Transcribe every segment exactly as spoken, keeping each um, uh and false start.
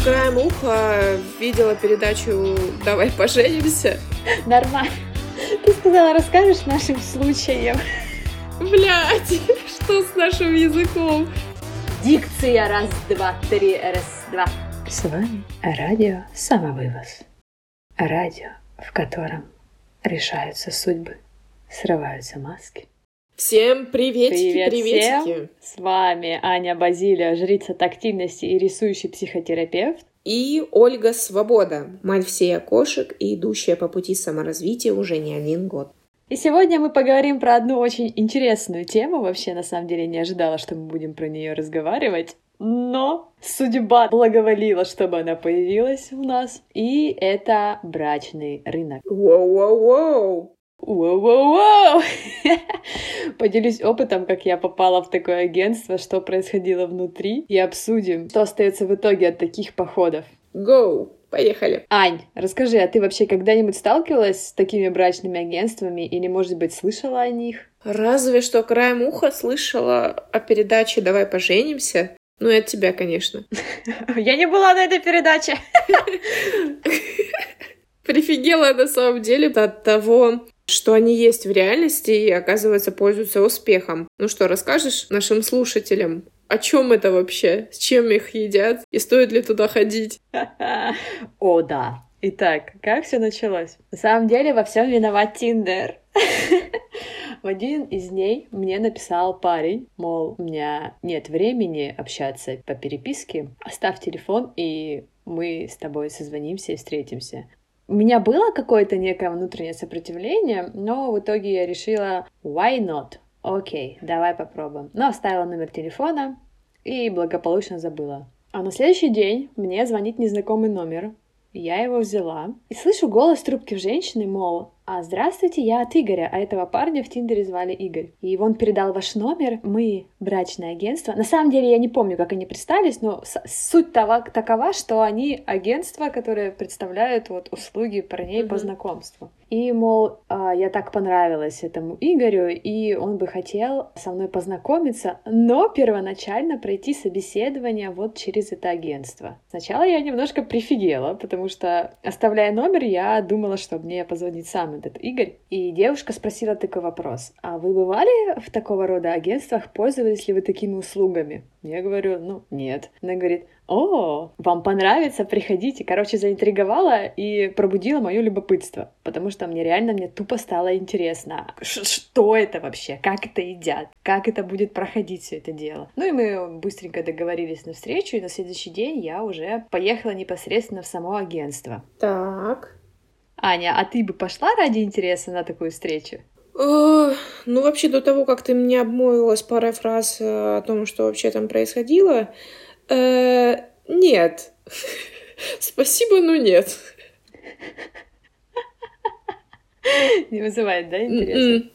краем уха видела передачу «Давай поженимся». Нормально. Ты сказала, расскажешь нашим случаям. Блядь, что с нашим языком? Дикция раз, два, три, раз, два. С вами радио «Самовывоз». Радио, в котором решаются судьбы, срываются маски. Всем приветики, Привет приветики. Всем. С вами Аня Базилия, жрица тактильности и рисующий психотерапевт. И Ольга Свобода, мать всех кошек и идущая по пути саморазвития уже не один год. И сегодня мы поговорим про одну очень интересную тему. Вообще, на самом деле, не ожидала, что мы будем про нее разговаривать. Но судьба благоволила, чтобы она появилась у нас. И это брачный рынок. Воу-воу-воу! Воу-воу-воу! Поделюсь опытом, как я попала в такое агентство, что происходило внутри, и обсудим, что остается в итоге от таких походов. Go! Поехали! Ань, расскажи, а ты вообще когда-нибудь сталкивалась с такими брачными агентствами или, может быть, слышала о них? Разве что краем уха слышала о передаче «Давай поженимся». Ну, и от тебя, конечно. Я не была на этой передаче. Прифигела на самом деле от того, что они есть в реальности и, оказывается, пользуются успехом. Ну что, расскажешь нашим слушателям, о чем это вообще? С чем их едят? И стоит ли туда ходить? О, да. Итак, как все началось? На самом деле во всем виноват Тиндер. В один из дней мне написал парень, мол, у меня нет времени общаться по переписке, оставь телефон, и мы с тобой созвонимся и встретимся. У меня было какое-то некое внутреннее сопротивление, но в итоге я решила why not? Окей, давай попробуем. Но оставила номер телефона и благополучно забыла. А на следующий день мне звонит незнакомый номер. Я его взяла и слышу голос трубки женщины, мол, а здравствуйте, я от Игоря, а этого парня в Тиндере звали Игорь. И он передал ваш номер, мы брачное агентство. На самом деле я не помню, как они представились, но суть того, такова, что они агентство, которое представляют вот услуги парней mm-hmm. по знакомству. И, мол, я так понравилась этому Игорю, и он бы хотел со мной познакомиться, но первоначально пройти собеседование вот через это агентство. Сначала я немножко прифигела, потому что, оставляя номер, я думала, что мне позвонит сам этот Игорь. И девушка спросила такой вопрос: а вы бывали в такого рода агентствах, пользовались ли вы такими услугами? Я говорю, ну, нет. Она говорит, о, вам понравится, приходите. Короче, заинтриговала и пробудила мое любопытство, потому что мне реально, мне тупо стало интересно, Ш- что это вообще, как это едят, как это будет проходить все это дело. Ну и мы быстренько договорились на встречу, и на следующий день я уже поехала непосредственно в само агентство. Так. Аня, а ты бы пошла ради интереса на такую встречу? Ну, вообще, до того, как ты мне обмолвилась парой фраз о том, что вообще там происходило, э, нет. Спасибо, но нет. Не вызывает, да, интереса?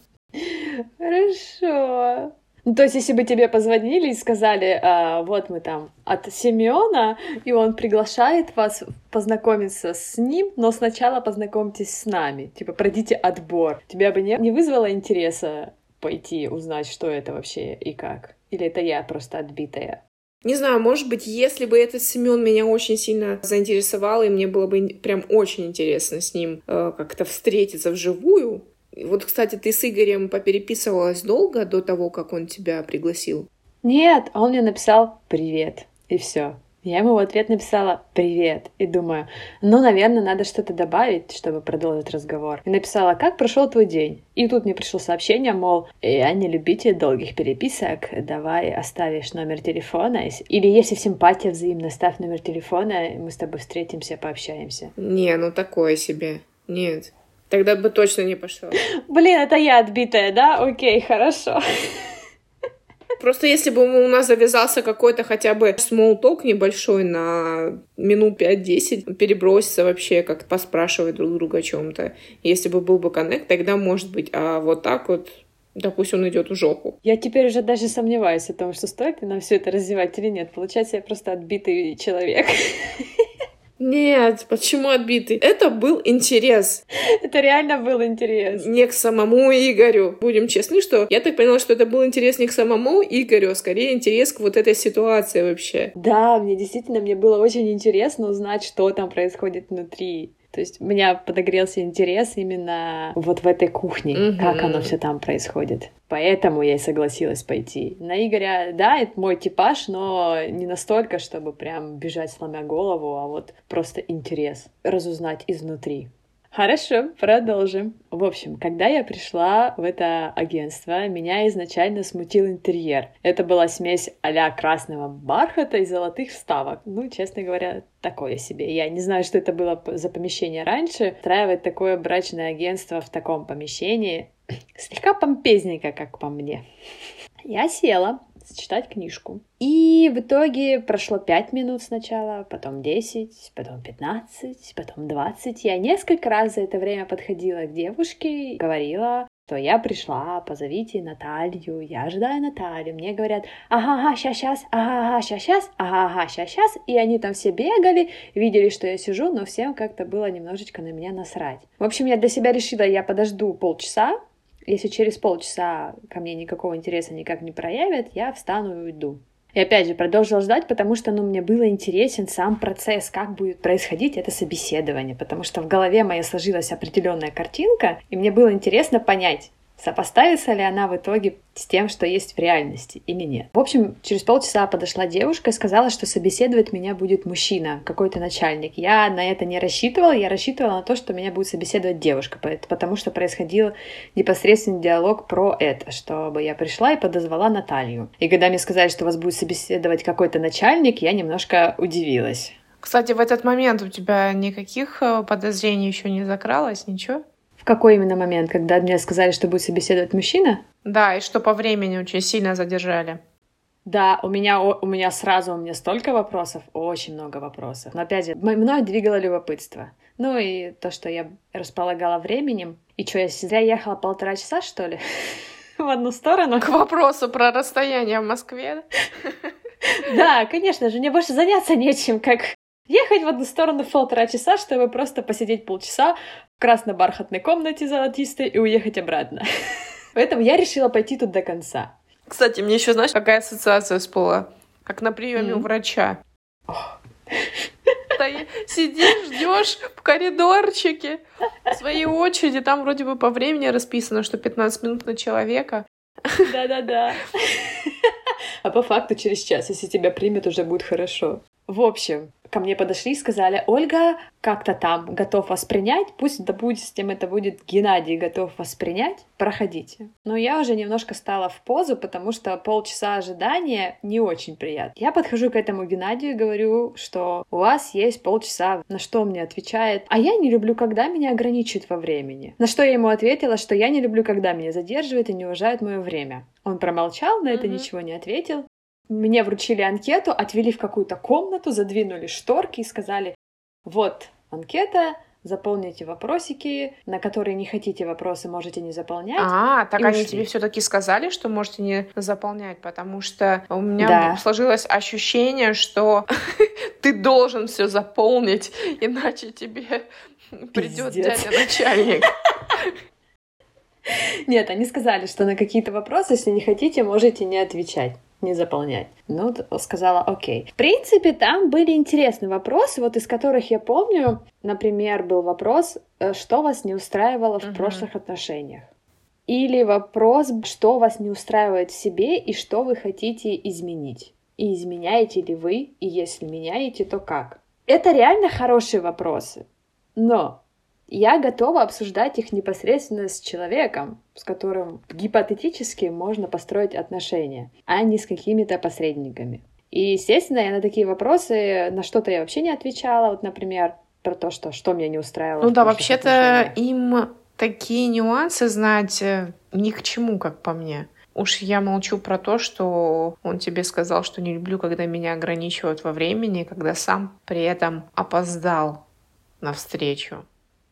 Хорошо. Ну, то есть, если бы тебе позвонили и сказали, а, вот мы там от Семёна, и он приглашает вас познакомиться с ним, но сначала познакомьтесь с нами, типа, пройдите отбор. Тебя бы не, не вызвало интереса пойти узнать, что это вообще и как? Или это я просто отбитая? Не знаю, может быть, если бы этот Семён меня очень сильно заинтересовал, и мне было бы прям очень интересно с ним э, как-то встретиться вживую. Вот, кстати, ты с Игорем попереписывалась долго до того, как он тебя пригласил? Нет, он мне написал «привет», и все. Я ему в ответ написала «привет», и думаю, ну, наверное, надо что-то добавить, чтобы продолжить разговор. И написала «как прошел твой день?» И тут мне пришло сообщение, мол, я не любитель долгих переписок, давай оставишь номер телефона, или если симпатия взаимна, ставь номер телефона, и мы с тобой встретимся, пообщаемся. Не, ну такое себе, нет. Тогда бы точно не пошла. Блин, это я отбитая, да? Окей, хорошо. Просто если бы у нас завязался какой-то хотя бы small talk небольшой на минут пять-десять, переброситься вообще, как-то поспрашивать друг друга о чем-то. Если бы был бы коннект, тогда может быть. А вот так вот, допустим, он идет в жопу. Я теперь уже даже сомневаюсь о том, что стоит ли нам все это развивать или нет. Получается, я просто отбитый человек. Нет, почему отбитый? Это был интерес. Это реально был интерес. Не к самому Игорю. Будем честны, что я так поняла, что это был интерес не к самому Игорю, а скорее интерес к вот этой ситуации вообще. Да, мне действительно, мне было очень интересно узнать, что там происходит внутри. То есть у меня подогрелся интерес именно вот в этой кухне, mm-hmm. как оно все там происходит. Поэтому я и согласилась пойти. На Игоря, да, это мой типаж, но не настолько, чтобы прям бежать сломя голову, а вот просто интерес разузнать изнутри. Хорошо, продолжим. В общем, когда я пришла в это агентство, меня изначально смутил интерьер. Это была смесь а-ля красного бархата и золотых вставок. Ну, честно говоря, такое себе. Я не знаю, что это было за помещение раньше. Устраивать такое брачное агентство в таком помещении слегка помпезненько, как по мне. Я села читать книжку. И в итоге прошло пять минут сначала, потом десять, потом пятнадцать, потом двадцать. Я несколько раз за это время подходила к девушке и говорила, что я пришла, позовите Наталью, я ожидаю Наталью. Мне говорят, ага-ага, щас-щас, ага-ага, щас-щас, ага-ага, щас-щас. И они там все бегали, видели, что я сижу, но всем как-то было немножечко на меня насрать. В общем, я для себя решила, я подожду полчаса. Если через полчаса ко мне никакого интереса никак не проявят, я встану и уйду. И опять же, продолжила ждать, потому что ну, мне было интересен сам процесс, как будет происходить это собеседование, потому что в голове моей сложилась определенная картинка, и мне было интересно понять, сопоставится ли она в итоге с тем, что есть в реальности или нет. В общем, через полчаса подошла девушка и сказала, что собеседовать меня будет мужчина, какой-то начальник. Я на это не рассчитывала, я рассчитывала на то, что меня будет собеседовать девушка, потому что происходил непосредственный диалог про это, чтобы я пришла и подозвала Наталью. И когда мне сказали, что вас будет собеседовать какой-то начальник, я немножко удивилась. Кстати, в этот момент у тебя никаких подозрений еще не закралось, ничего? В какой именно момент? Когда мне сказали, что будет собеседовать мужчина? Да, и что по времени очень сильно задержали. Да, у меня, у меня сразу у меня столько вопросов, очень много вопросов. Но опять же, мной двигало любопытство. Ну и то, что я располагала временем. И что, я зря ехала полтора часа, что ли? В одну сторону? К вопросу про расстояние в Москве. Да, конечно же, мне больше заняться нечем, как ехать в одну сторону в полтора часа, чтобы просто посидеть полчаса в красно-бархатной комнате золотистой и уехать обратно. Поэтому я решила пойти тут до конца. Кстати, мне еще, знаешь, какая ассоциация всплыла? Как на приеме mm. у врача. Сидишь, ждешь в коридорчике в своей очереди. Там вроде бы по времени расписано, что пятнадцать минут на человека. Да-да-да. А по факту через час, если тебя примет, уже будет хорошо. В общем, ко мне подошли и сказали, Ольга, как-то там готов вас принять, пусть, допустим, это будет Геннадий готов вас принять, проходите. Но я уже немножко стала в позу, потому что полчаса ожидания не очень приятно. Я подхожу к этому Геннадию и говорю, что у вас есть полчаса, на что он мне отвечает, а я не люблю, когда меня ограничивают во времени. На что я ему ответила, что я не люблю, когда меня задерживают и не уважают мое время. Он промолчал, на это mm-hmm. ничего не ответил. Мне вручили анкету, отвели в какую-то комнату, задвинули шторки и сказали, вот анкета, заполните вопросики, на которые не хотите вопросы, можете не заполнять. А, так и они ушли. тебе все-таки сказали, что можете не заполнять, потому что у меня да. сложилось ощущение, что ты должен все заполнить, иначе тебе придет дядя начальник. Нет, они сказали, что на какие-то вопросы, если не хотите, можете не отвечать, не заполнять. Ну, сказала, окей. В принципе, там были интересные вопросы, вот из которых я помню, например, был вопрос, что вас не устраивало в uh-huh. прошлых отношениях. Или вопрос, что вас не устраивает в себе и что вы хотите изменить. И изменяете ли вы, и если меняете, то как? Это реально хорошие вопросы, но я готова обсуждать их непосредственно с человеком, с которым гипотетически можно построить отношения, а не с какими-то посредниками. И, естественно, я на такие вопросы, на что-то я вообще не отвечала. Вот, например, про то, что, что меня не устраивало. Ну да, вообще-то им такие нюансы знать ни к чему, как по мне. Уж я молчу про то, что он тебе сказал, что не люблю, когда меня ограничивают во времени, когда сам при этом опоздал на встречу.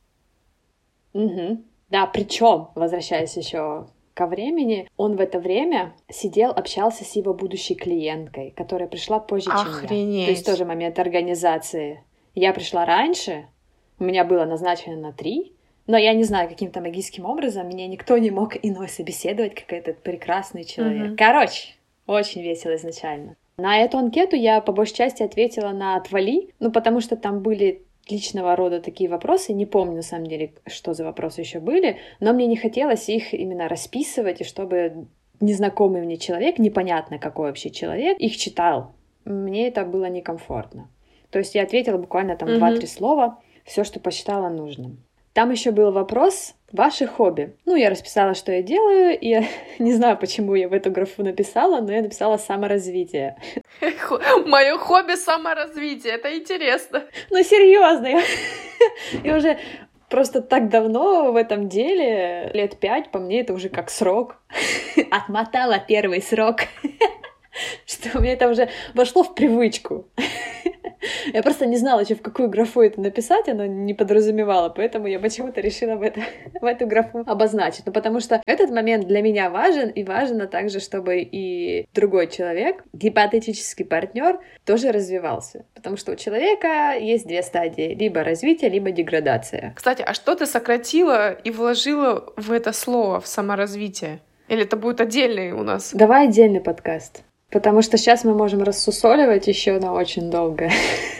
Угу. Да, причем, возвращаясь еще ко времени, он в это время сидел, общался с его будущей клиенткой, которая пришла позже, Охренеть. чем я. То есть тоже момент организации. Я пришла раньше, у меня было назначено на три, но я не знаю, каким-то магическим образом меня никто не мог иной собеседовать, как этот прекрасный человек. Mm-hmm. Короче, очень весело изначально. На эту анкету я по большей части ответила на «отвали», ну, потому что там были личного рода такие вопросы, не помню, на самом деле, что за вопросы еще были, но мне не хотелось их именно расписывать, и чтобы незнакомый мне человек, непонятно какой вообще человек, их читал. Мне это было некомфортно. То есть я ответила буквально там mm-hmm. два-три слова, все, что посчитала нужным. Там еще был вопрос «Ваши хобби». Ну, я расписала, что я делаю, и я не знаю, почему я в эту графу написала, но я написала «саморазвитие». Мое хобби — саморазвитие, это интересно. Ну, серьезно, я... я уже просто так давно в этом деле, лет пять, по мне это уже как срок. Отмотала первый срок, что у меня это уже вошло в привычку. Я просто не знала, что в какую графу это написать, оно не подразумевало, поэтому я почему-то решила в, это, в эту графу обозначить. Ну, потому что этот момент для меня важен, и важно также, чтобы и другой человек, гипотетический партнер, тоже развивался. Потому что у человека есть две стадии: либо развитие, либо деградация. Кстати, а что ты сократила и вложила в это слово, в саморазвитие? Или это будет отдельный у нас? Давай отдельный подкаст. Потому что сейчас мы можем рассусоливать еще на очень долго.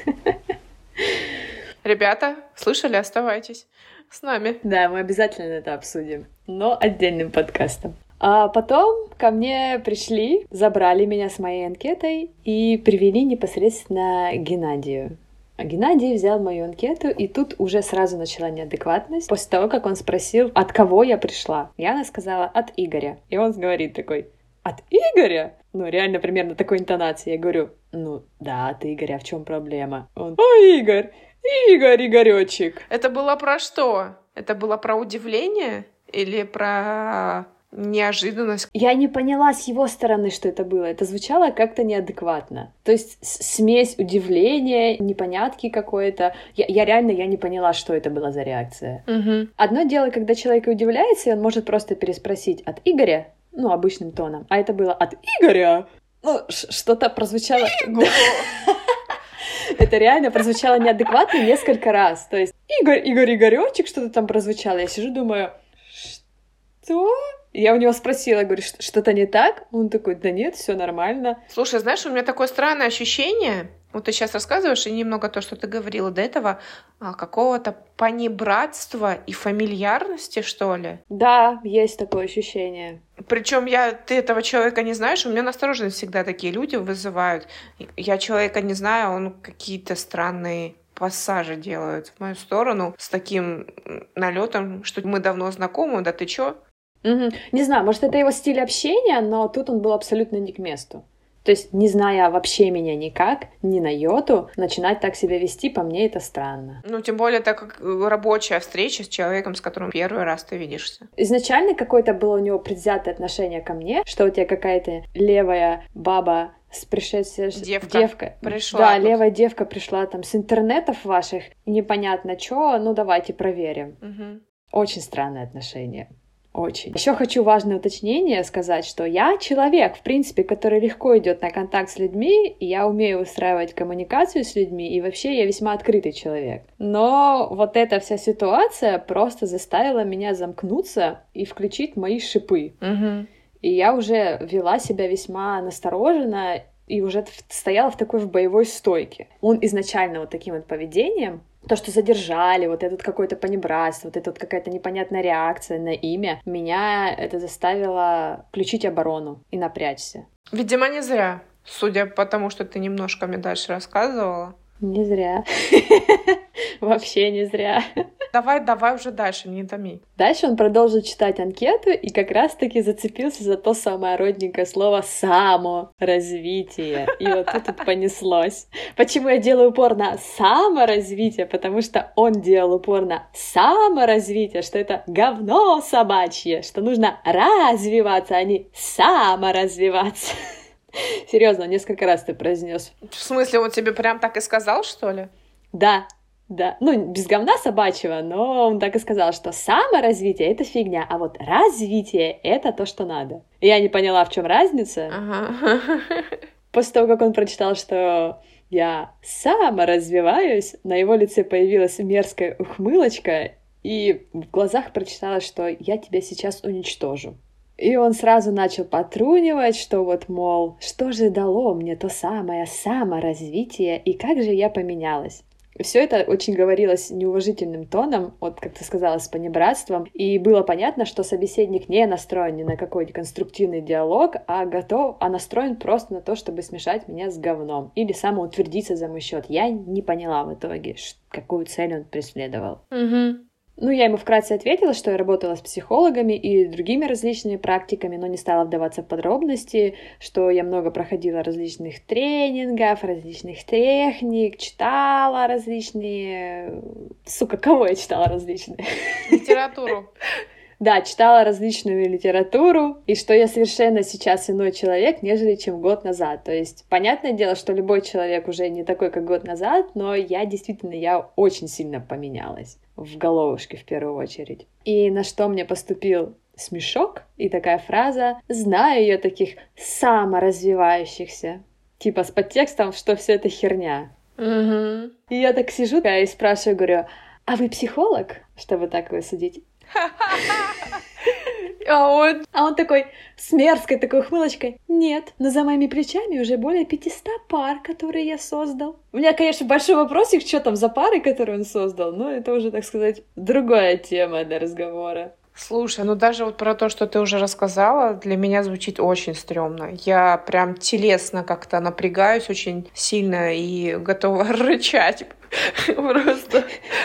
Ребята, слышали? Оставайтесь с нами. Да, мы обязательно это обсудим, но отдельным подкастом. А потом ко мне пришли, забрали меня с моей анкетой и привели непосредственно к Геннадию. А Геннадий взял мою анкету, и тут уже сразу начала неадекватность. После того, как он спросил, от кого я пришла, я сказала: от Игоря. И он говорит такой: от Игоря? Ну, реально примерно такой интонации. Я говорю: ну, да, от Игоря, а в чем проблема? Он: о, Игорь, Игорь, Игорёчек. Это было про что? Это было про удивление или про неожиданность? Я не поняла с его стороны, что это было. Это звучало как-то неадекватно. То есть смесь удивления, непонятки какой-то. Я, я реально я не поняла, что это была за реакция. Угу. Одно дело, когда человек удивляется, и он может просто переспросить: от Игоря? Ну, обычным тоном. А это было от Игоря. Ну, что-то прозвучало... Это реально прозвучало неадекватно несколько раз. То есть Игорь, Игорь, Игорёчек, что-то там прозвучало. Я сижу, думаю, что? Я у него спросила, говорю, что-то не так? Он такой: да нет, все нормально. Слушай, знаешь, у меня такое странное ощущение, вот ты сейчас рассказываешь, и немного то, что ты говорила до этого, какого-то понебратства и фамильярности, что ли? Да, есть такое ощущение. Причем я, ты этого человека не знаешь, у меня настороженность всегда такие люди вызывают. Я человека не знаю, он какие-то странные пассажи делает в мою сторону с таким налетом, что мы давно знакомы, да ты чё? Угу. Не знаю, может, это его стиль общения, но тут он был абсолютно не к месту. То есть, не зная вообще меня никак, ни на йоту, начинать так себя вести, по мне, это странно. Ну, тем более, так как рабочая встреча с человеком, с которым первый раз ты видишься. Изначально какое-то было у него предвзятое отношение ко мне, что у тебя какая-то левая баба с пришедшей... Девка. Девка. Пришла. Да, тут. левая девка пришла там с интернетов ваших, непонятно чё, ну давайте проверим. Угу. Очень странное отношение. Очень. Еще хочу важное уточнение сказать, что я человек, в принципе, который легко идет на контакт с людьми, и я умею устраивать коммуникацию с людьми, и вообще я весьма открытый человек. Но вот эта вся ситуация просто заставила меня замкнуться и включить мои шипы. Угу. И я уже вела себя весьма настороженно и уже стояла в такой в боевой стойке. Он изначально вот таким вот поведением, то, что задержали, вот это какое-то понебратство, вот это вот какая-то непонятная реакция на имя, меня это заставило включить оборону и напрячься. Видимо, не зря, судя по тому, что ты немножко мне дальше рассказывала. Не зря. Вообще не зря. Давай, давай уже дальше, не томи. Дальше он продолжил читать анкету и как раз-таки зацепился за то самое родненькое слово «саморазвитие». И вот тут вот понеслось. Почему я делаю упор на саморазвитие? Потому что он делал упор на саморазвитие, что это говно собачье, что нужно развиваться, а не саморазвиваться. Серьезно, несколько раз ты произнес. В смысле, он тебе прям так и сказал, что ли? Да, да. Ну, без говна собачьего, но он так и сказал, что саморазвитие — это фигня, а вот развитие — это то, что надо. Я не поняла, в чем разница. Ага. После того, как он прочитал, что я саморазвиваюсь, на его лице появилась мерзкая ухмылочка, и в глазах прочиталось, что я тебя сейчас уничтожу. И он сразу начал потрунивать, что вот, мол, что же дало мне то самое саморазвитие, и как же я поменялась. Все это очень говорилось неуважительным тоном, вот, как ты сказала, с понебратством, и было понятно, что собеседник не настроен ни на какой-то конструктивный диалог, а готов, а настроен просто на то, чтобы смешать меня с говном или самоутвердиться за мой счет. Я не поняла в итоге, какую цель он преследовал. Угу. Ну, я ему вкратце ответила, что я работала с психологами и другими различными практиками, но не стала вдаваться в подробности, что я много проходила различных тренингов, различных техник, читала различные... Сука, кого я читала различные? Литературу. Да, читала различную литературу, и что я совершенно сейчас иной человек, нежели чем год назад. То есть, понятное дело, что любой человек уже не такой, как год назад, но я действительно, я очень сильно поменялась. В головушке, в первую очередь. И на что мне поступил смешок и такая фраза «Знаю я таких саморазвивающихся». Типа с подтекстом, что все это херня. Угу. И я так сижу и спрашиваю, говорю, а вы психолог, чтобы так вы судить? А он... А он такой, с мерзкой такой ухмылочкой, нет, но за моими плечами уже более пятисот пар, которые я создал. У меня, конечно, большой вопросик, что там за пары, которые он создал, но это уже, так сказать, другая тема для разговора. Слушай, ну даже вот про то, что ты уже рассказала, для меня звучит очень стрёмно. Я прям телесно как-то напрягаюсь очень сильно и готова рычать просто.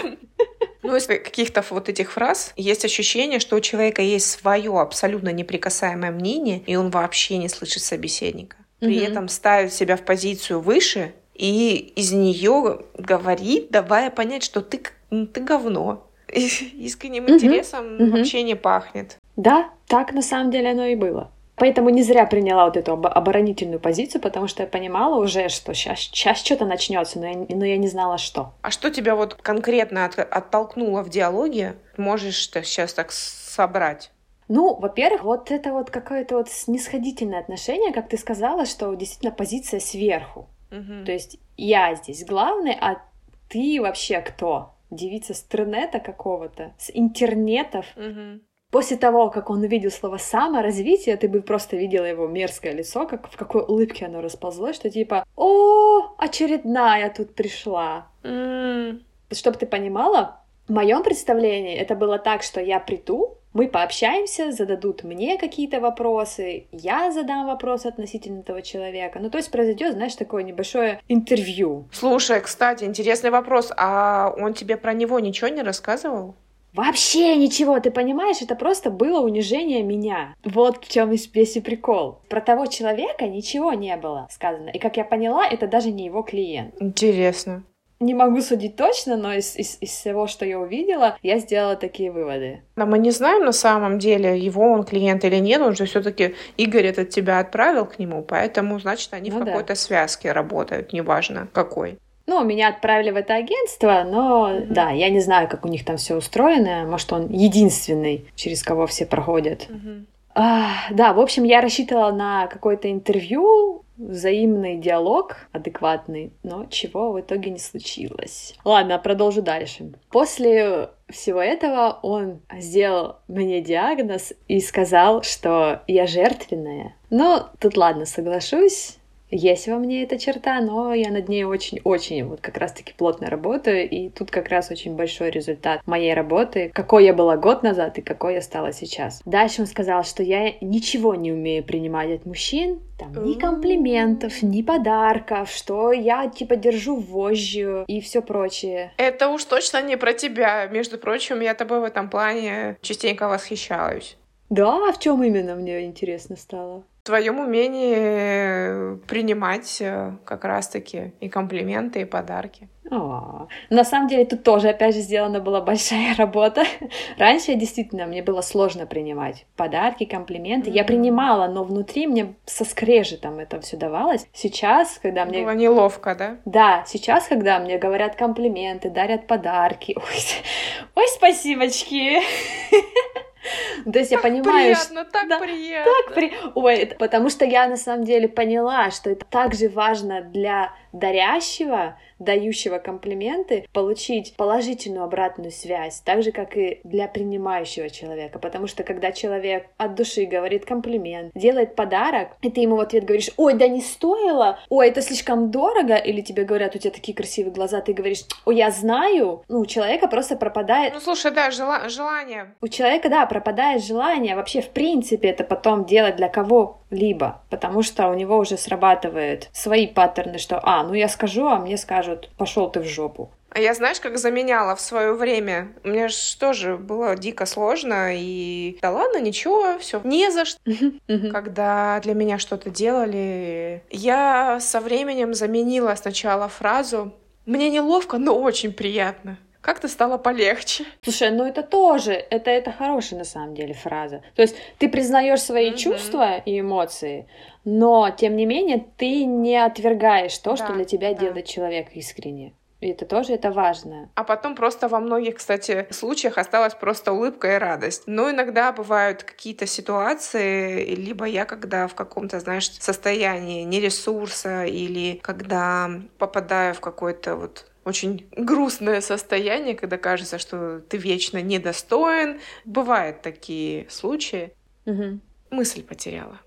Ну, из каких-то вот этих фраз есть ощущение, что у человека есть свое абсолютно неприкасаемое мнение, и он вообще не слышит собеседника. При mm-hmm. этом ставит себя в позицию выше и из нее говорит, давая понять, что ты, ты говно. Искренним mm-hmm. интересом mm-hmm. вообще не пахнет. Да, так на самом деле оно и было. Поэтому не зря приняла вот эту оборонительную позицию, потому что я понимала уже, что сейчас, сейчас что-то начнется, но я, но я не знала, что. А что тебя вот конкретно от, оттолкнуло в диалоге? Можешь ты сейчас так собрать? Ну, во-первых, вот это вот какое-то вот снисходительное отношение, как ты сказала, что действительно позиция сверху. Угу. То есть я здесь главный, а ты вообще кто? Девица с интернета какого-то, с интернетов. Угу. После того, как он увидел слово «саморазвитие», ты бы просто видела его мерзкое лицо, как в какой улыбке оно расползлось, что типа «О, очередная тут пришла». Mm. Чтобы ты понимала, в моем представлении это было так, что я приду, мы пообщаемся, зададут мне какие-то вопросы, я задам вопросы относительно этого человека. Ну, то есть произойдет, знаешь, такое небольшое интервью. Слушай, кстати, интересный вопрос. А он тебе про него ничего не рассказывал? Вообще ничего, ты понимаешь, это просто было унижение меня. Вот в чем весь и прикол. Про того человека ничего не было сказано. И как я поняла, это даже не его клиент. Интересно. Не могу судить точно, но из, из, из всего, что я увидела, я сделала такие выводы. Но мы не знаем на самом деле, его он клиент или нет, он же все-таки Игорь этот тебя отправил к нему, поэтому, значит, они ну в какой-то да. связке работают, неважно какой. Ну, меня отправили в это агентство, но mm-hmm. да, я не знаю, как у них там все устроено. Может, он единственный, через кого все проходят. Mm-hmm. А, да, в общем, я рассчитывала на какое-то интервью, взаимный диалог адекватный, но чего в итоге не случилось. Ладно, продолжу дальше. После всего этого он сделал мне диагноз и сказал, что я жертвенная. Ну, тут ладно, соглашусь. Есть во мне эта черта, но я над ней очень-очень вот как раз-таки плотно работаю, и тут как раз очень большой результат моей работы, какой я была год назад и какой я стала сейчас. Дальше он сказал, что я ничего не умею принимать от мужчин, там, ни комплиментов, ни подарков, что я типа держу вожжью и все прочее. Это уж точно не про тебя. Между прочим, я тобой в этом плане частенько восхищаюсь. Да, в чем именно, мне интересно стало? В твоем умении принимать как раз-таки и комплименты, и подарки. О, на самом деле тут тоже, опять же, сделана была большая работа. Раньше действительно мне было сложно принимать подарки, комплименты. Mm-hmm. Я принимала, но внутри мне со скрежетом это все давалось. Сейчас, когда мне... Было неловко, да? Да, сейчас, когда мне говорят комплименты, дарят подарки. Ой, ой спасибочки! То есть я Так понимаю, приятно, что... так Да, приятно. так при... Ой, это потому что я на самом деле поняла, что это также важно для дарящего, дающего комплименты, получить положительную обратную связь, так же, как и для принимающего человека. Потому что когда человек от души говорит комплимент, делает подарок, и ты ему в ответ говоришь: ой, да не стоило, ой, это слишком дорого, или тебе говорят: у тебя такие красивые глаза, ты говоришь: ой, я знаю, ну, у человека просто пропадает... Ну, слушай, да, жела- желание. У человека, да, пропадает желание вообще, в принципе, это потом делать для кого-либо, потому что у него уже срабатывают свои паттерны, что, а, ну я скажу, а мне скажут: пошел ты в жопу. А я, знаешь, как заменяла в свое время? Мне же тоже было дико сложно, и да ладно, ничего, все не за что. Когда для меня что-то делали, я со временем заменила сначала фразу «мне неловко, но очень приятно». Как-то стало полегче. Слушай, ну это тоже, это, это хорошая на самом деле фраза. То есть ты признаешь свои Мгм. чувства и эмоции, но тем не менее ты не отвергаешь то, что Да, для тебя да. делает человек искренне. И это тоже, это важно. А потом просто во многих, кстати, случаях осталась просто улыбка и радость. Но иногда бывают какие-то ситуации, либо я когда в каком-то, знаешь, состоянии нересурса, или когда попадаю в какой-то вот очень грустное состояние, когда кажется, что ты вечно недостоин. Бывают такие случаи. Мгм. Мысль потеряла.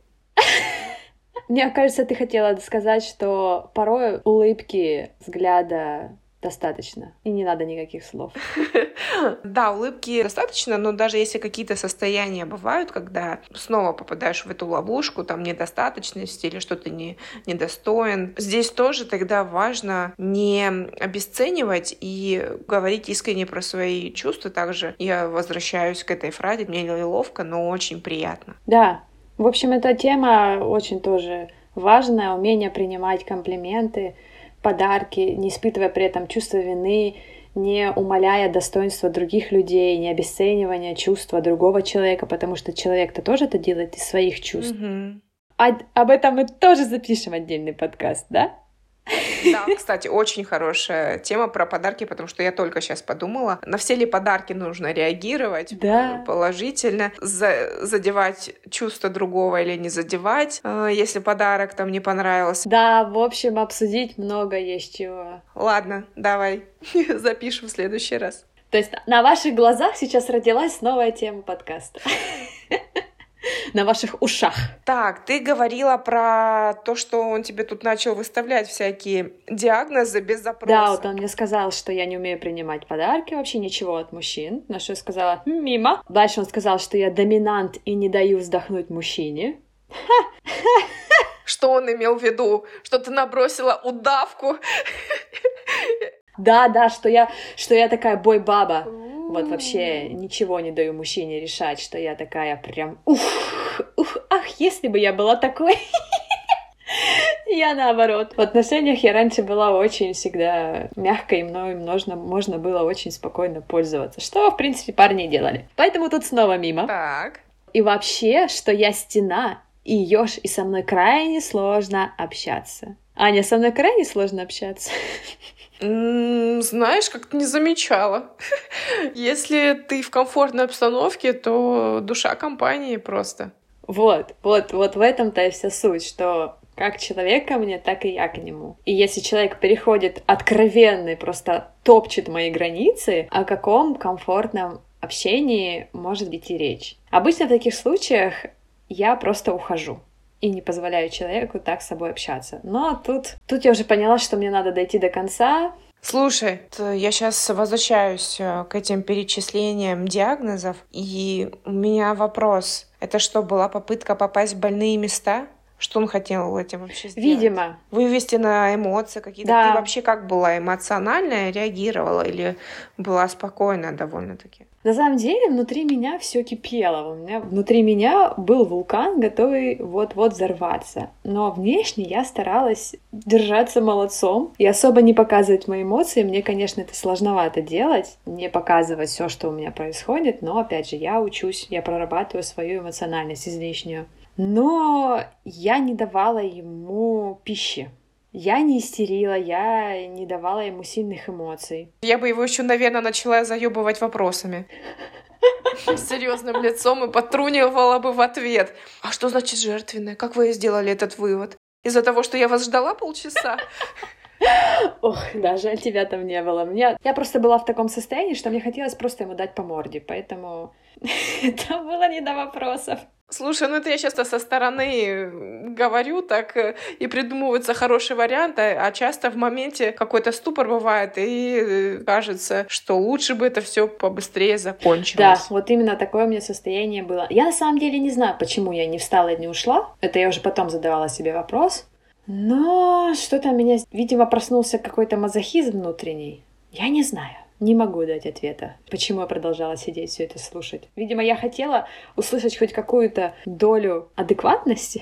Мне кажется, ты хотела сказать, что порой улыбки, взгляда достаточно, и не надо никаких слов. Да, улыбки достаточно, но даже если какие-то состояния бывают, когда снова попадаешь в эту ловушку, там, недостаточности или что ты не, недостоин, здесь тоже тогда важно не обесценивать и говорить искренне про свои чувства. Также я возвращаюсь к этой фразе: мне неловко, но очень приятно. Да, в общем, эта тема очень тоже важная, умение принимать комплименты, подарки, не испытывая при этом чувство вины, не умаляя достоинства других людей, не обесценивая чувства другого человека, потому что человек-то тоже это делает из своих чувств. Мгм. А об этом мы тоже запишем отдельный подкаст, да? Да, кстати, очень хорошая тема про подарки, потому что я только сейчас подумала, на все ли подарки нужно реагировать Да. э, положительно, за- задевать чувства другого или не задевать, э, если подарок там не понравился. Да, в общем, обсудить много есть чего. Ладно, давай, запишем в следующий раз. То есть на ваших глазах сейчас родилась новая тема подкаста. На ваших ушах. Так, ты говорила про то, что он тебе тут начал выставлять всякие диагнозы без запроса. Да, вот он мне сказал, что я не умею принимать подарки, вообще ничего от мужчин. На что я сказала: «М, мимо. Дальше он сказал, что я доминант и не даю вздохнуть мужчине. Что он имел в виду? Что ты набросила удавку? Да, да, что я, что я такая бой-баба. Вот вообще ничего не даю мужчине решать, что я такая прям ух, ух, ах, если бы я была такой. Я наоборот. В отношениях я раньше была очень всегда мягкой, и мной можно, можно было очень спокойно пользоваться, что, в принципе, парни и делали. Поэтому тут снова мимо. Так. И вообще, что я стена и ёж, и со мной крайне сложно общаться. Аня, со мной крайне сложно общаться. М, Знаешь, как-то не замечала. Если ты в комфортной обстановке, то душа компании просто. Вот, вот, вот в этом-то и вся суть, что как человек ко мне, так и я к нему. И если человек переходит откровенный, просто топчет мои границы, о каком комфортном общении может быть и речь? Обычно в таких случаях я просто ухожу и не позволяю человеку так с собой общаться. Но тут, тут я уже поняла, что мне надо дойти до конца. Слушай, т- я сейчас возвращаюсь э, к этим перечислениям диагнозов, и у меня вопрос. Это что, была попытка попасть в больные места? Что он хотел этим вообще сделать? Видимо, Вывести на эмоции какие-то? Да. Ты вообще как была? Эмоциональная реагировала или была спокойная довольно-таки? на самом деле внутри меня все кипело. У меня внутри меня был вулкан, готовый вот-вот взорваться. Но внешне я старалась держаться молодцом и особо не показывать мои эмоции. Мне, конечно, это сложновато делать, не показывать все, что у меня происходит. Но, опять же, я учусь, я прорабатываю свою эмоциональность излишнюю. Но я не давала ему пищи. Я не истерила, я не давала ему сильных эмоций. Я бы его еще, наверное, начала заебывать вопросами. с серьезным лицом и подтрунивала бы в ответ. А что значит жертвенная? Как вы сделали этот вывод? Из-за того, что я вас ждала полчаса? Ох, да, жаль, тебя там не было. Меня... Я просто была в таком состоянии, что мне хотелось просто ему дать по морде, поэтому это было не до вопросов. Слушай, ну это я часто со стороны говорю так, и придумываются хорошие варианты, а часто в моменте какой-то ступор бывает, и кажется, что лучше бы это все побыстрее закончилось. Да, вот именно такое у меня состояние было. Я на самом деле не знаю, почему я не встала и не ушла. Это я уже потом задавала себе вопрос. Но что-то у меня, видимо, проснулся какой-то мазохизм внутренний. Я не знаю. Не могу дать ответа, почему я продолжала сидеть, все это слушать. Видимо, я хотела услышать хоть какую-то долю адекватности,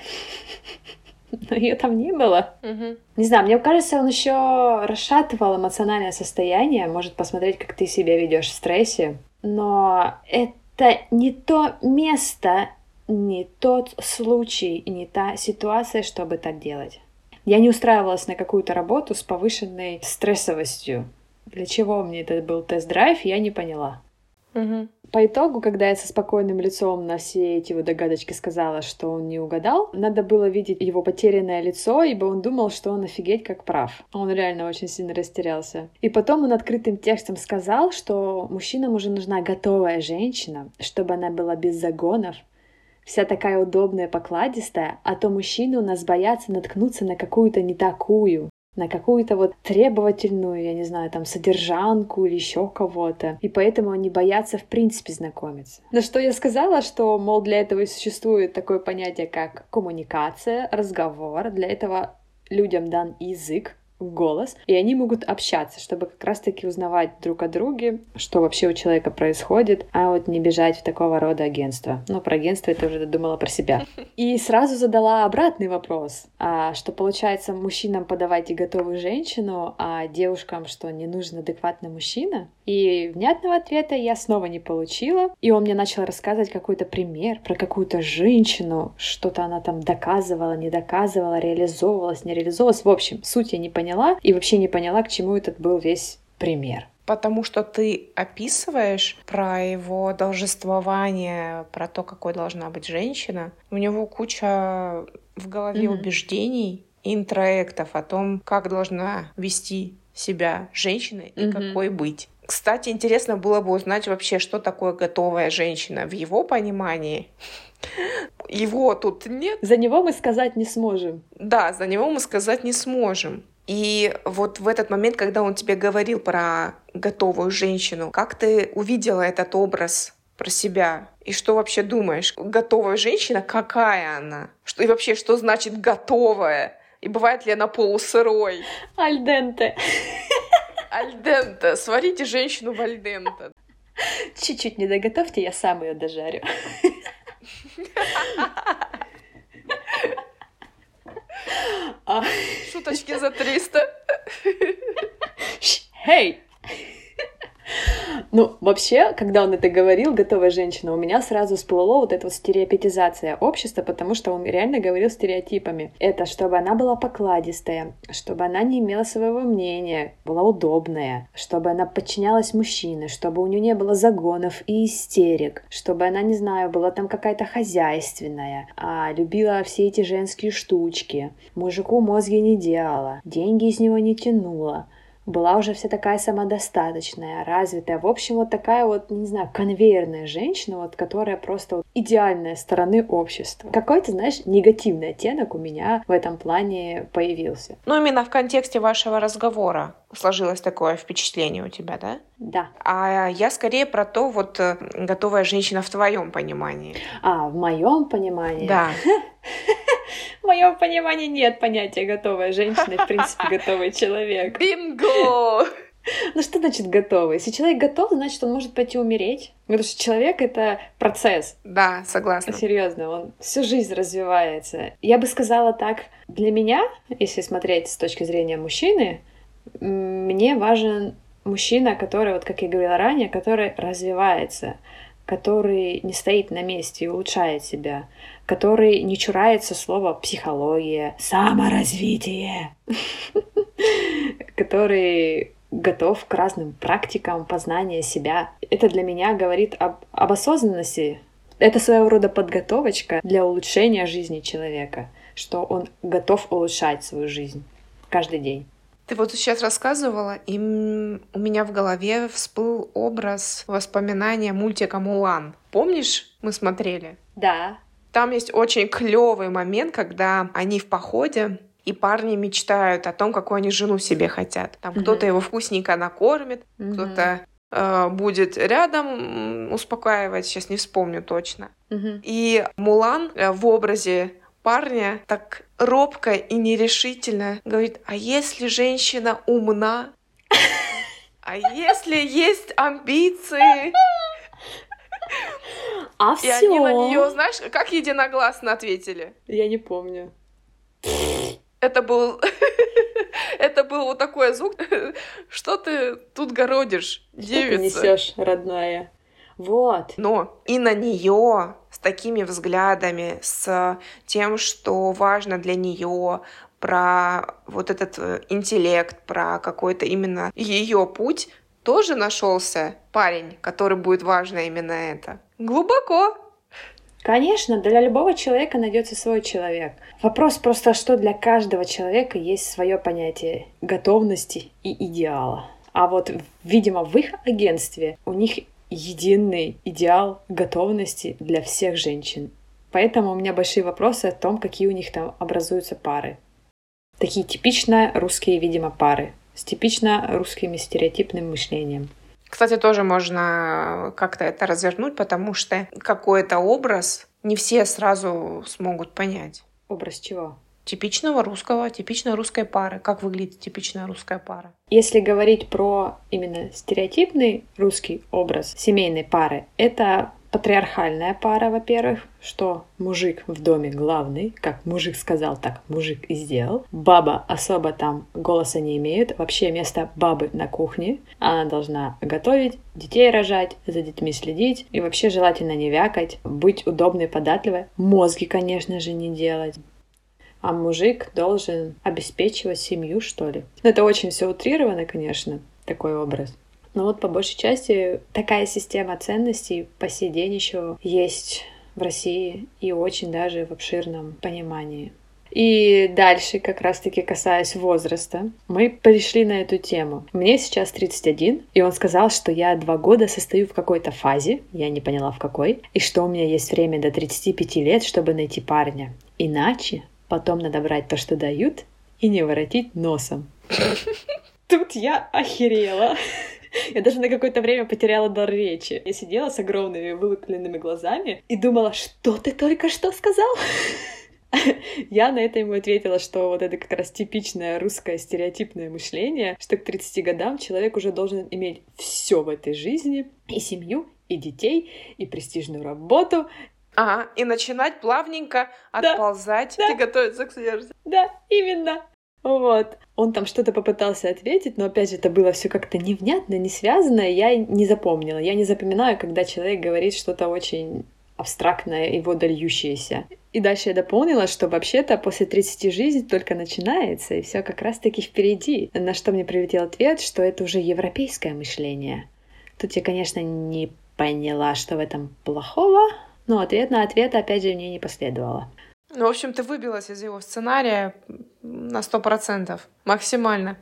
но ее там не было. Угу. Не знаю, мне кажется, он еще расшатывал эмоциональное состояние, может посмотреть, как ты себя ведешь в стрессе. Но это не то место, не тот случай, не та ситуация, чтобы так делать. Я не устраивалась на какую-то работу с повышенной стрессовостью. Для чего мне этот был тест-драйв, я не поняла. Угу. По итогу, когда я со спокойным лицом на все эти вот догадочки сказала, что он не угадал, надо было видеть его потерянное лицо, ибо он думал, что он офигеть как прав. Он реально очень сильно растерялся. И потом он открытым текстом сказал, что мужчинам уже нужна готовая женщина, чтобы она была без загонов, вся такая удобная, покладистая, а то мужчины у нас боятся наткнуться на какую-то не такую, на какую-то вот требовательную, я не знаю, там, содержанку или еще кого-то. И поэтому они боятся в принципе знакомиться. На что я сказала, что, мол, для этого и существует такое понятие, как коммуникация, разговор. Для этого людям дан язык, голос, и они могут общаться, чтобы как раз-таки узнавать друг о друге, что вообще у человека происходит, а вот не бежать в такого рода агентство. Ну, про агентство это уже додумала про себя. И сразу задала обратный вопрос, а, что получается мужчинам подавайте готовую женщину, а девушкам что, не нужен адекватный мужчина? И внятного ответа я снова не получила, и он мне начал рассказывать какой-то пример про какую-то женщину, что-то она там доказывала, не доказывала, реализовывалась, не реализовывалась. В общем, суть я не поняла, и вообще не поняла, к чему этот был весь пример. Потому что ты описываешь про его должествование, про то, какой должна быть женщина. У него куча в голове mm-hmm. убеждений и интроектов о том, как должна вести себя женщина и mm-hmm. какой быть. Кстати, интересно было бы узнать вообще, что такое готовая женщина в его понимании. Его тут нет. За него мы сказать не сможем. Да, за него мы сказать не сможем. И вот в этот момент, когда он тебе говорил про готовую женщину, как ты увидела этот образ про себя? И что вообще думаешь? Готовая женщина, какая она? Что, и вообще, что значит готовая? И бывает ли она полусырой? Альденте. Альденте. Сварите женщину в альденте. Чуть-чуть не доготовьте, я сам ее дожарю. Шуточки за триста. Эй! Ну, вообще, когда он это говорил, готовая женщина, у меня сразу всплыло вот эта вот стереотипизация общества, потому что он реально говорил стереотипами. Это чтобы она была покладистая, чтобы она не имела своего мнения, была удобная, чтобы она подчинялась мужчине, чтобы у нее не было загонов и истерик, чтобы она, не знаю, была там какая-то хозяйственная, а любила все эти женские штучки, мужику мозги не делала, деньги из него не тянула, была уже вся такая самодостаточная, развитая. В общем, вот такая вот, не знаю, конвейерная женщина, вот, которая просто вот идеальная стороны общества. Какой-то, знаешь, негативный оттенок у меня в этом плане появился. Ну, именно в контексте вашего разговора сложилось такое впечатление у тебя, да? Да. А я скорее про то, вот, готовая женщина в твоем понимании. А, в моем понимании? Да. В моем понимании нет понятия готовая женщина и, в принципе, готовый человек. Бинго! Ну что значит готовый? Если человек готов, значит, он может пойти умереть. Потому что человек — это процесс. Да, согласна. Серьезно, он всю жизнь развивается. Я бы сказала так, для меня, если смотреть с точки зрения мужчины, мне важен мужчина, который, вот как я говорила ранее, который развивается, который не стоит на месте и улучшает себя, который не чурается слова психология, саморазвитие, который готов к разным практикам познания себя. Это для меня говорит об, об осознанности. Это своего рода подготовочка для улучшения жизни человека, что он готов улучшать свою жизнь каждый день. Ты вот сейчас рассказывала, и у меня в голове всплыл образ воспоминания мультика «Мулан». Помнишь, мы смотрели? Да. Там есть очень клевый момент, когда они в походе, и парни мечтают о том, какую они жену себе хотят. Там mm-hmm. кто-то его вкусненько накормит, mm-hmm. кто-то э, будет рядом успокаивать, сейчас не вспомню точно. Mm-hmm. И Мулан э, в образе парня так робко и нерешительно говорит: а если женщина умна? А если есть амбиции? А и всё. они на нее, знаешь, как единогласно ответили? Я не помню. Это был... Это был вот такой звук. Что ты тут городишь, девица? Что ты несешь, родная? Вот. Но и на нее с такими взглядами, с тем, что важно для нее, про вот этот интеллект, про какой-то именно ее путь, тоже нашелся парень, который будет важно именно это. Глубоко. Конечно, для любого человека найдется свой человек. Вопрос просто, что для каждого человека есть свое понятие готовности и идеала. А вот, видимо, в их агентстве у них единый идеал готовности для всех женщин. Поэтому у меня большие вопросы о том, какие у них там образуются пары. Такие типично русские, видимо, пары с типично русским стереотипным мышлением. Кстати, тоже можно как-то это развернуть, потому что какой-то образ не все сразу смогут понять. Образ чего? Типичного русского, типичной русской пары. Как выглядит типичная русская пара? Если говорить про именно стереотипный русский образ семейной пары, это патриархальная пара, во-первых, что мужик в доме главный, как мужик сказал, так мужик и сделал. Баба особо там голоса не имеет. Вообще место бабы на кухне. Она должна готовить, детей рожать, за детьми следить и вообще желательно не вякать, быть удобной, податливой. Мозги, конечно же, не делать. А мужик должен обеспечивать семью, что ли. Ну, это очень все утрировано, конечно, такой образ. Но вот по большей части такая система ценностей по сей день еще есть в России и очень даже в обширном понимании. И дальше, как раз-таки касаясь возраста, мы пришли на эту тему. Мне сейчас тридцать один, и он сказал, что я два года состою в какой-то фазе, я не поняла в какой, и что у меня есть время до тридцати пяти лет, чтобы найти парня. Иначе потом надо брать то, что дают, и не воротить носом. Тут я охерела. Я даже на какое-то время потеряла дар речи. Я сидела с огромными вылупленными глазами и думала, что ты только что сказал? Я на это ему ответила, что вот это как раз типичное русское стереотипное мышление, что к тридцати годам человек уже должен иметь все в этой жизни, и семью, и детей, и престижную работу. Ага, и начинать плавненько отползать да, и да. готовиться к смерти. Да, именно. Вот. Он там что-то попытался ответить, но опять же это было все как-то невнятно, не связано, и я не запомнила. Я не запоминаю, когда человек говорит что-то очень абстрактное и водольющееся. И дальше я дополнила, что вообще-то после тридцати жизнь только начинается, и все как раз-таки впереди. На что мне прилетел ответ, что это уже европейское мышление. Тут я, конечно, не поняла, что в этом плохого, но ответ на ответ, опять же, мне не последовало. Ну, в общем, ты выбилась из его сценария на сто процентов, максимально.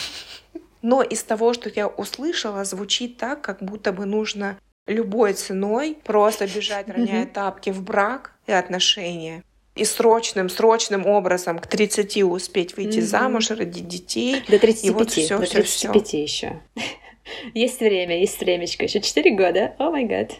Но из того, что я услышала, звучит так, как будто бы нужно любой ценой просто бежать, роняя тапки в брак и отношения. И срочным, срочным образом к тридцати успеть выйти mm-hmm. замуж, родить детей. До тридцати пяти, вот всё, до всё, тридцати пяти еще. Есть время, есть времечко. Еще четыре года. О май гад.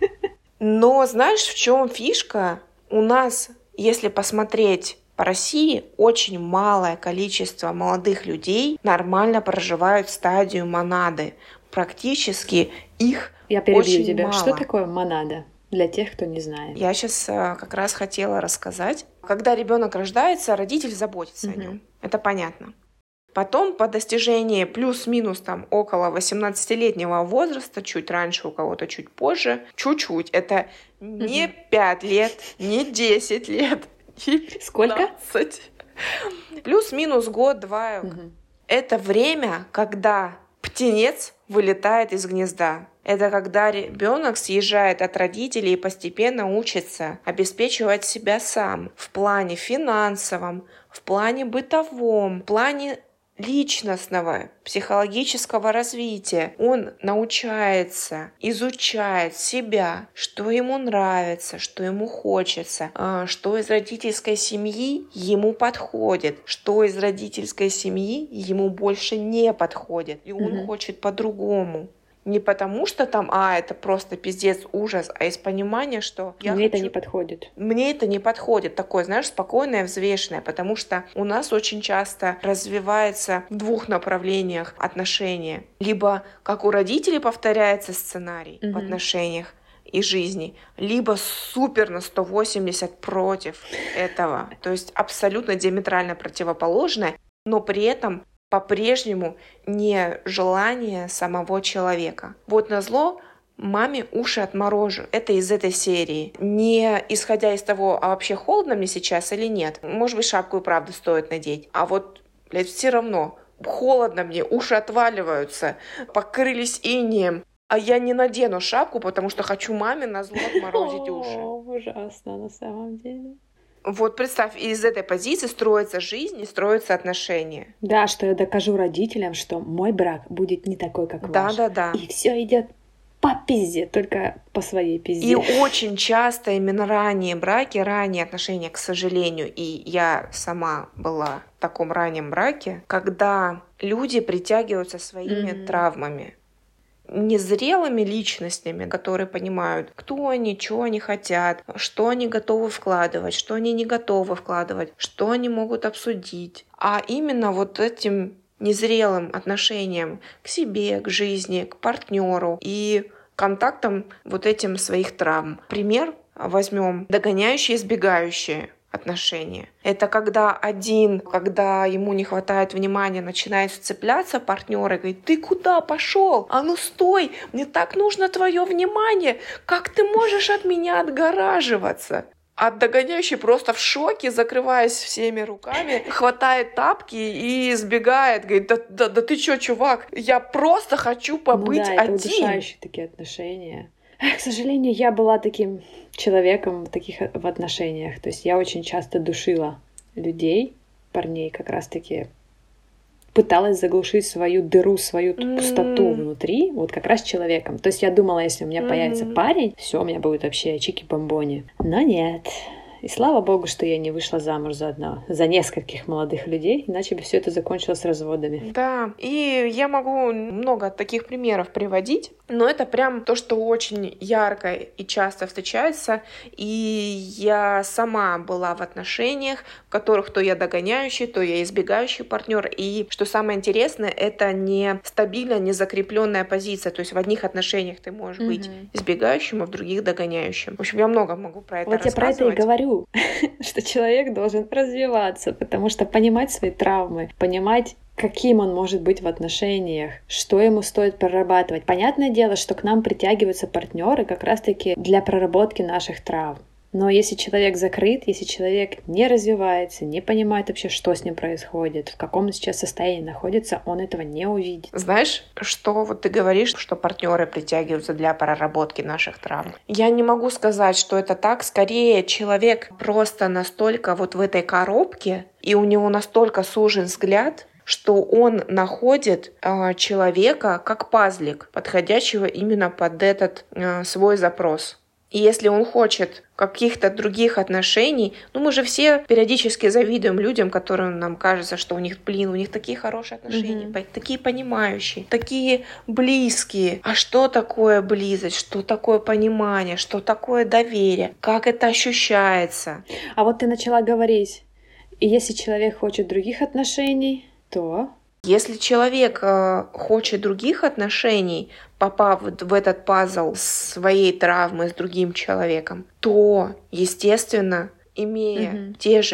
Но знаешь, в чем фишка? У нас, если посмотреть по России, очень малое количество молодых людей нормально проживают стадию монады. Практически их Я перебью очень тебя. мало. Что такое монада? Для тех, кто не знает. Я сейчас как раз хотела рассказать. Когда ребенок рождается, родитель заботится угу. о нем. Это понятно. Потом по достижении плюс-минус там около восемнадцатилетнего возраста, чуть раньше, у кого-то чуть позже, чуть-чуть. Это не угу. пять лет, не десять лет, не пятнадцать. Сколько? Плюс-минус год-два. Угу. Это время, когда Птенец вылетает из гнезда. Это когда ребенок съезжает от родителей и постепенно учится обеспечивать себя сам в плане финансовом, в плане бытовом, в плане личностного, психологического развития. Он научается, изучает себя, что ему нравится, что ему хочется, что из родительской семьи ему подходит, что из родительской семьи ему больше не подходит, и он mm-hmm. хочет по-другому. Не потому, что там, а, это просто пиздец, ужас, а из понимания, что... Я Мне хочу... это не подходит. Мне это не подходит. Такое, знаешь, спокойное, взвешенное, потому что у нас очень часто развивается в двух направлениях отношения. Либо, как у родителей повторяется сценарий mm-hmm. в отношениях и жизни, либо супер на сто восемьдесят против этого. То есть абсолютно диаметрально противоположное, но при этом по-прежнему не желание самого человека. Вот назло маме уши отморожу. Это из этой серии. Не исходя из того, а вообще холодно мне сейчас или нет. Может быть, шапку и правда стоит надеть. А вот, блядь, все равно холодно мне, уши отваливаются, покрылись инеем. А я не надену шапку, потому что хочу маме назло отморозить уши. О, ужасно на самом деле. Вот представь, из этой позиции строится жизнь и строятся отношения. Да, что я докажу родителям, что мой брак будет не такой, как да, ваш. Да, да, да. И все идет по пизде, только по своей пизде. И очень часто именно ранние браки, ранние отношения, к сожалению, и я сама была в таком раннем браке, когда люди притягиваются своими mm-hmm. травмами. Незрелыми личностями, которые понимают, кто они, что они хотят, что они готовы вкладывать, что они не готовы вкладывать, что они могут обсудить. А именно вот этим незрелым отношением к себе, к жизни, к партнеру и контактам вот этим своих травм. Пример возьмем догоняющие и избегающие отношения. Это когда один, когда ему не хватает внимания, начинает цепляться партнер и говорит: ты куда пошел? А ну стой! Мне так нужно твое внимание! Как ты можешь от меня отгораживаться? А догоняющий просто в шоке, закрываясь всеми руками, хватает тапки и сбегает. Говорит: да, да, да ты чё, чувак? Я просто хочу побыть ну да, один. Это удушающие такие отношения. К сожалению, я была таким человеком в таких в отношениях. То есть я очень часто душила людей, парней, как раз-таки пыталась заглушить свою дыру, свою mm-hmm. пустоту внутри, вот как раз человеком. То есть я думала, если у меня mm-hmm. появится парень, все, у меня будет вообще чики-бомбони. Но нет. И слава богу, что я не вышла замуж за одного, за нескольких молодых людей, иначе бы все это закончилось разводами. Да, и я могу много таких примеров приводить, но это прям то, что очень ярко и часто встречается, и я сама была в отношениях, в которых то я догоняющий, то я избегающий партнер, и что самое интересное, это не стабильная, не закрепленная позиция, то есть в одних отношениях ты можешь mm-hmm. быть избегающим, а в других догоняющим. В общем, я много могу про это вот рассказывать. Вот я про это и говорю, что человек должен развиваться, потому что понимать свои травмы, понимать, каким он может быть в отношениях, что ему стоит прорабатывать. Понятное дело, что к нам притягиваются партнеры как раз-таки для проработки наших травм. Но если человек закрыт, если человек не развивается, не понимает вообще, что с ним происходит, в каком он сейчас состоянии находится, он этого не увидит. Знаешь, что вот ты говоришь, что партнеры притягиваются для проработки наших травм? Я не могу сказать, что это так. Скорее, человек просто настолько вот в этой коробке, и у него настолько сужен взгляд, что он находит э, человека как пазлик, подходящего именно под этот э, свой запрос. И если он хочет каких-то других отношений, ну мы же все периодически завидуем людям, которым нам кажется, что у них, блин, у них такие хорошие отношения, mm-hmm. такие понимающие, такие близкие. А что такое близость, что такое понимание, что такое доверие, как это ощущается? А вот ты начала говорить, и если человек хочет других отношений, то... Если человек э, хочет других отношений, попав в этот пазл своей травмы с другим человеком, то, естественно, имея mm-hmm. те же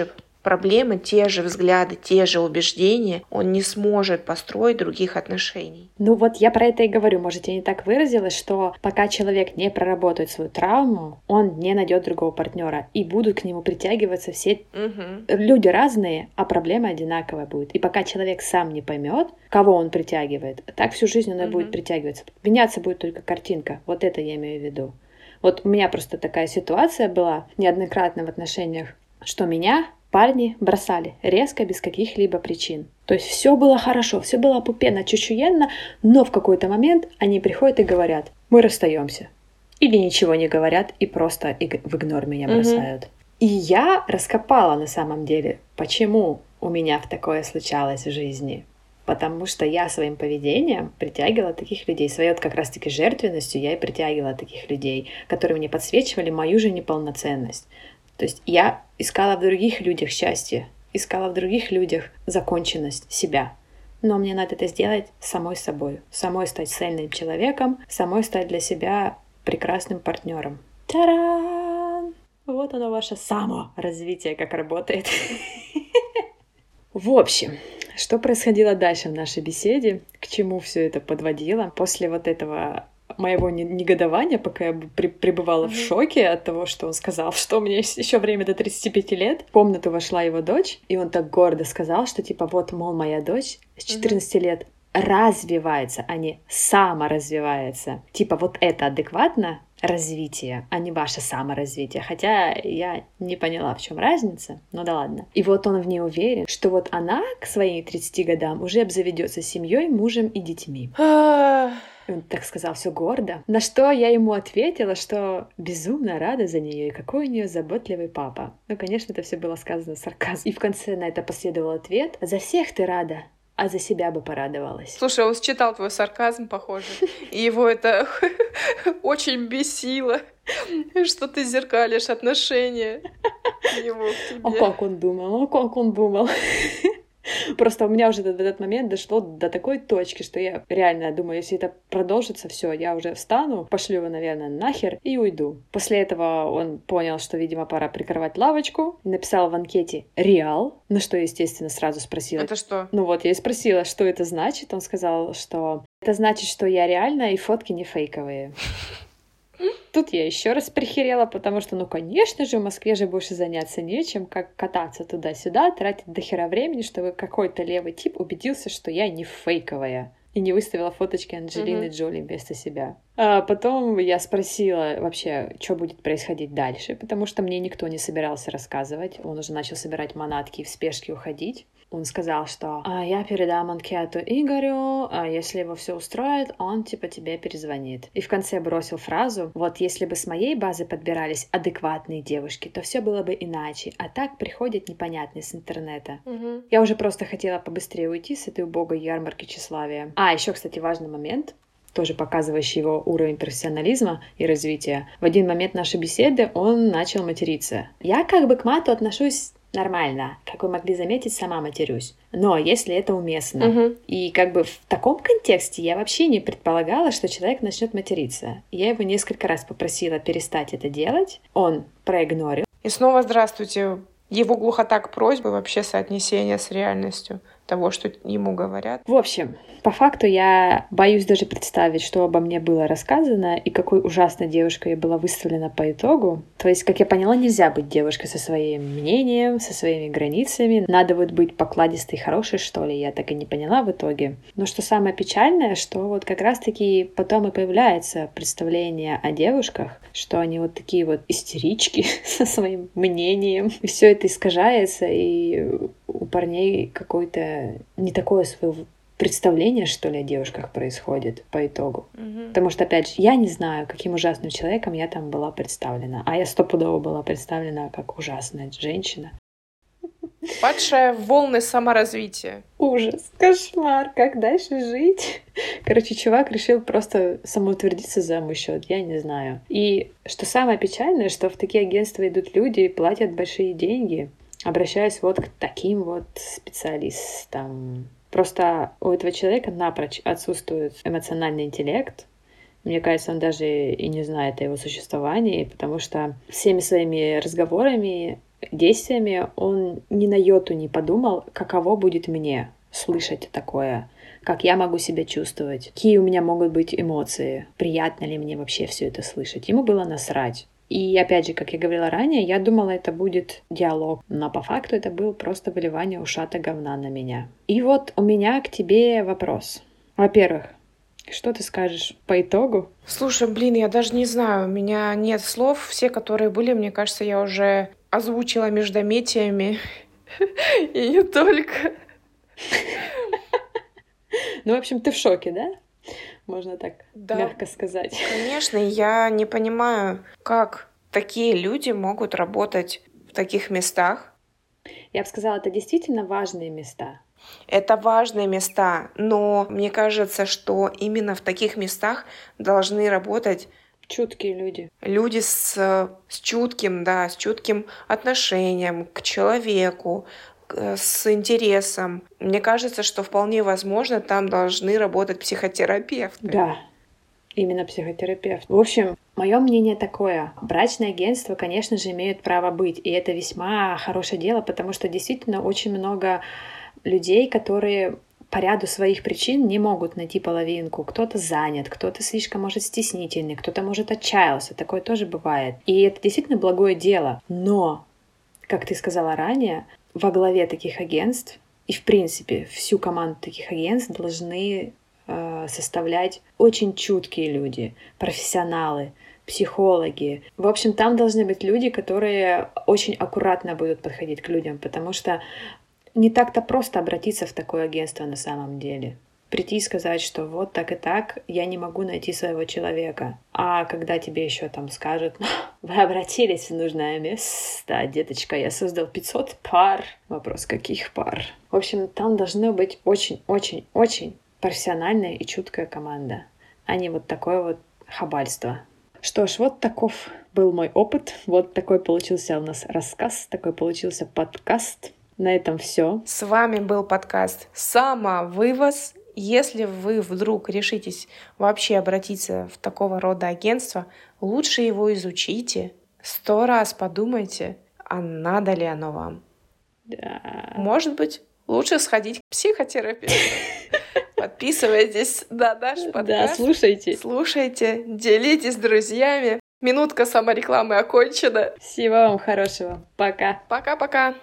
проблемы, те же взгляды, те же убеждения, он не сможет построить других отношений. Ну вот я про это и говорю, может, я не так выразилась, что пока человек не проработает свою травму, он не найдет другого партнера, и будут к нему притягиваться все Угу. люди разные, а проблема одинаковая будет. И пока человек сам не поймет, кого он притягивает, так всю жизнь он и Угу. будет притягиваться. Меняться будет только картинка. Вот это я имею в виду. Вот у меня просто такая ситуация была неоднократно в отношениях, что меня парни бросали резко, без каких-либо причин. То есть все было хорошо, все было пупенно, чучуенно, но в какой-то момент они приходят и говорят: мы расстаемся. Или ничего не говорят и просто в игнор меня бросают. Угу. И я раскопала на самом деле, почему у меня в такое случалось в жизни. Потому что я своим поведением притягивала таких людей. Своей вот как раз-таки жертвенностью я и притягивала таких людей, которые мне подсвечивали мою же неполноценность. То есть я искала в других людях счастье, искала в других людях законченность себя. Но мне надо это сделать самой собой. Самой стать цельным человеком, самой стать для себя прекрасным партнером. Та-дам! Вот оно, ваше саморазвитие, как работает. В общем, что происходило дальше в нашей беседе, к чему все это подводило после вот этого моего негодования, пока я пребывала mm-hmm. в шоке от того, что он сказал, что у меня есть еще время до тридцати пяти лет. В комнату вошла его дочь, и он так гордо сказал, что типа вот, мол, моя дочь с четырнадцати mm-hmm. лет развивается, а не саморазвивается. Типа вот это адекватно развитие, а не ваше саморазвитие. Хотя я не поняла, в чем разница, но да ладно. И вот он в ней уверен, что вот она к своим тридцати годам уже обзаведется семьей, мужем и детьми. И он так сказал все гордо. На что я ему ответила, что безумно рада за нее и какой у нее заботливый папа. Ну, конечно, это все было сказано сарказмом. И в конце на это последовал ответ: за всех ты рада, а за себя бы порадовалась. Слушай, он считал твой сарказм, похоже, и его это очень бесило, что ты зеркалишь отношения его к тебе. А как он думал? А как он думал? Просто у меня уже в этот момент дошло до такой точки, что я реально думаю, если это продолжится, все, я уже встану, пошлю его, наверное, нахер и уйду. После этого он понял, что, видимо, пора прикрывать лавочку, написал в анкете «Реал», на что, естественно, сразу спросила. Это что? Ну вот, я и спросила, что это значит. Он сказал, что это значит, что я реально и фотки не фейковые. Тут я еще раз прихерела, потому что, ну, конечно же, в Москве же больше заняться нечем, как кататься туда-сюда, тратить дохера времени, чтобы какой-то левый тип убедился, что я не фейковая. И не выставила фоточки Анджелины mm-hmm. Джоли вместо себя. А потом я спросила вообще, что будет происходить дальше, потому что мне никто не собирался рассказывать. Он уже начал собирать манатки и в спешке уходить. Он сказал, что а, я передам анкету Игорю, а если его все устроит, он типа тебе перезвонит. И в конце бросил фразу: вот если бы с моей базы подбирались адекватные девушки, то все было бы иначе, а так приходят непонятные с интернета. Угу. Я уже просто хотела побыстрее уйти с этой убогой ярмарки тщеславия. А, еще, кстати, важный момент, тоже показывающий его уровень профессионализма и развития. В один момент нашей беседы он начал материться. Я как бы к мату отношусь нормально. Как вы могли заметить, сама матерюсь. Но если это уместно. Uh-huh. И как бы в таком контексте я вообще не предполагала, что человек начнет материться. Я его несколько раз попросила перестать это делать. Он проигнорил. И снова здравствуйте. Его глухота к просьбе, вообще соотнесение с реальностью того, что ему говорят. В общем, по факту я боюсь даже представить, что обо мне было рассказано и какой ужасной девушкой я была выставлена по итогу. То есть, как я поняла, нельзя быть девушкой со своим мнением, со своими границами. Надо вот быть покладистой и хорошей, что ли. Я так и не поняла в итоге. Но что самое печальное, что вот как раз-таки потом и появляется представление о девушках, что они вот такие вот истерички со своим мнением. И все это искажается, и у парней какой-то не такое свое представление, что ли, о девушках происходит по итогу. Mm-hmm. Потому что, опять же, я не знаю, каким ужасным человеком я там была представлена. А я стопудово была представлена как ужасная женщина. Падшая в волны саморазвития. Ужас, кошмар, как дальше жить? Короче, чувак решил просто самоутвердиться за мой счет, я не знаю. И что самое печальное, что в такие агентства идут люди и платят большие деньги, обращаясь вот к таким вот специалистам. Просто у этого человека напрочь отсутствует эмоциональный интеллект. Мне кажется, он даже и не знает о его существовании, потому что всеми своими разговорами действиями он ни на йоту не подумал, каково будет мне слышать такое, как я могу себя чувствовать, какие у меня могут быть эмоции, приятно ли мне вообще все это слышать. Ему было насрать. И опять же, как я говорила ранее, я думала, это будет диалог, но по факту это был просто выливание ушата говна на меня. И вот у меня к тебе вопрос. Во-первых, что ты скажешь по итогу? Слушай, блин, я даже не знаю, у меня нет слов. Все, которые были, мне кажется, я уже озвучила междометиями. И не только. Ну, в общем, ты в шоке, да? Можно так Да, мягко сказать. конечно, я не понимаю, как такие люди могут работать в таких местах. Я бы сказала, это действительно важные места. Это важные места, но мне кажется, что именно в таких местах должны работать чуткие люди. Люди с, с чутким, да, с чутким отношением к человеку, с интересом. Мне кажется, что вполне возможно, там должны работать психотерапевты. Да, именно психотерапевт. В общем, мое мнение такое. Брачные агентства, конечно же, имеют право быть. И это весьма хорошее дело, потому что действительно очень много людей, которые по ряду своих причин не могут найти половинку. Кто-то занят, кто-то слишком, может, стеснительный, кто-то, может, отчаялся. Такое тоже бывает. И это действительно благое дело. Но, как ты сказала ранее, во главе таких агентств и, в принципе, всю команду таких агентств должны э, составлять очень чуткие люди, профессионалы, психологи. В общем, там должны быть люди, которые очень аккуратно будут подходить к людям, потому что не так-то просто обратиться в такое агентство на самом деле. Прийти и сказать, что вот так и так, я не могу найти своего человека. А когда тебе еще там скажут, вы обратились в нужное место, деточка, я создал пятьсот пар. Вопрос, каких пар? В общем, там должна быть очень-очень-очень профессиональная и чуткая команда, а не вот такое вот хабальство. Что ж, вот таков был мой опыт. Вот такой получился у нас рассказ, такой получился подкаст. На этом все. С вами был подкаст «Самовывоз». Если вы вдруг решитесь вообще обратиться в такого рода агентство, лучше его изучите, сто раз подумайте, а надо ли оно вам. Да. Может быть, лучше сходить к психотерапевту. Подписывайтесь на наш подкаст. Да, слушайте. Слушайте, делитесь с друзьями. Минутка саморекламы окончена. Всего вам хорошего. Пока. Пока-пока.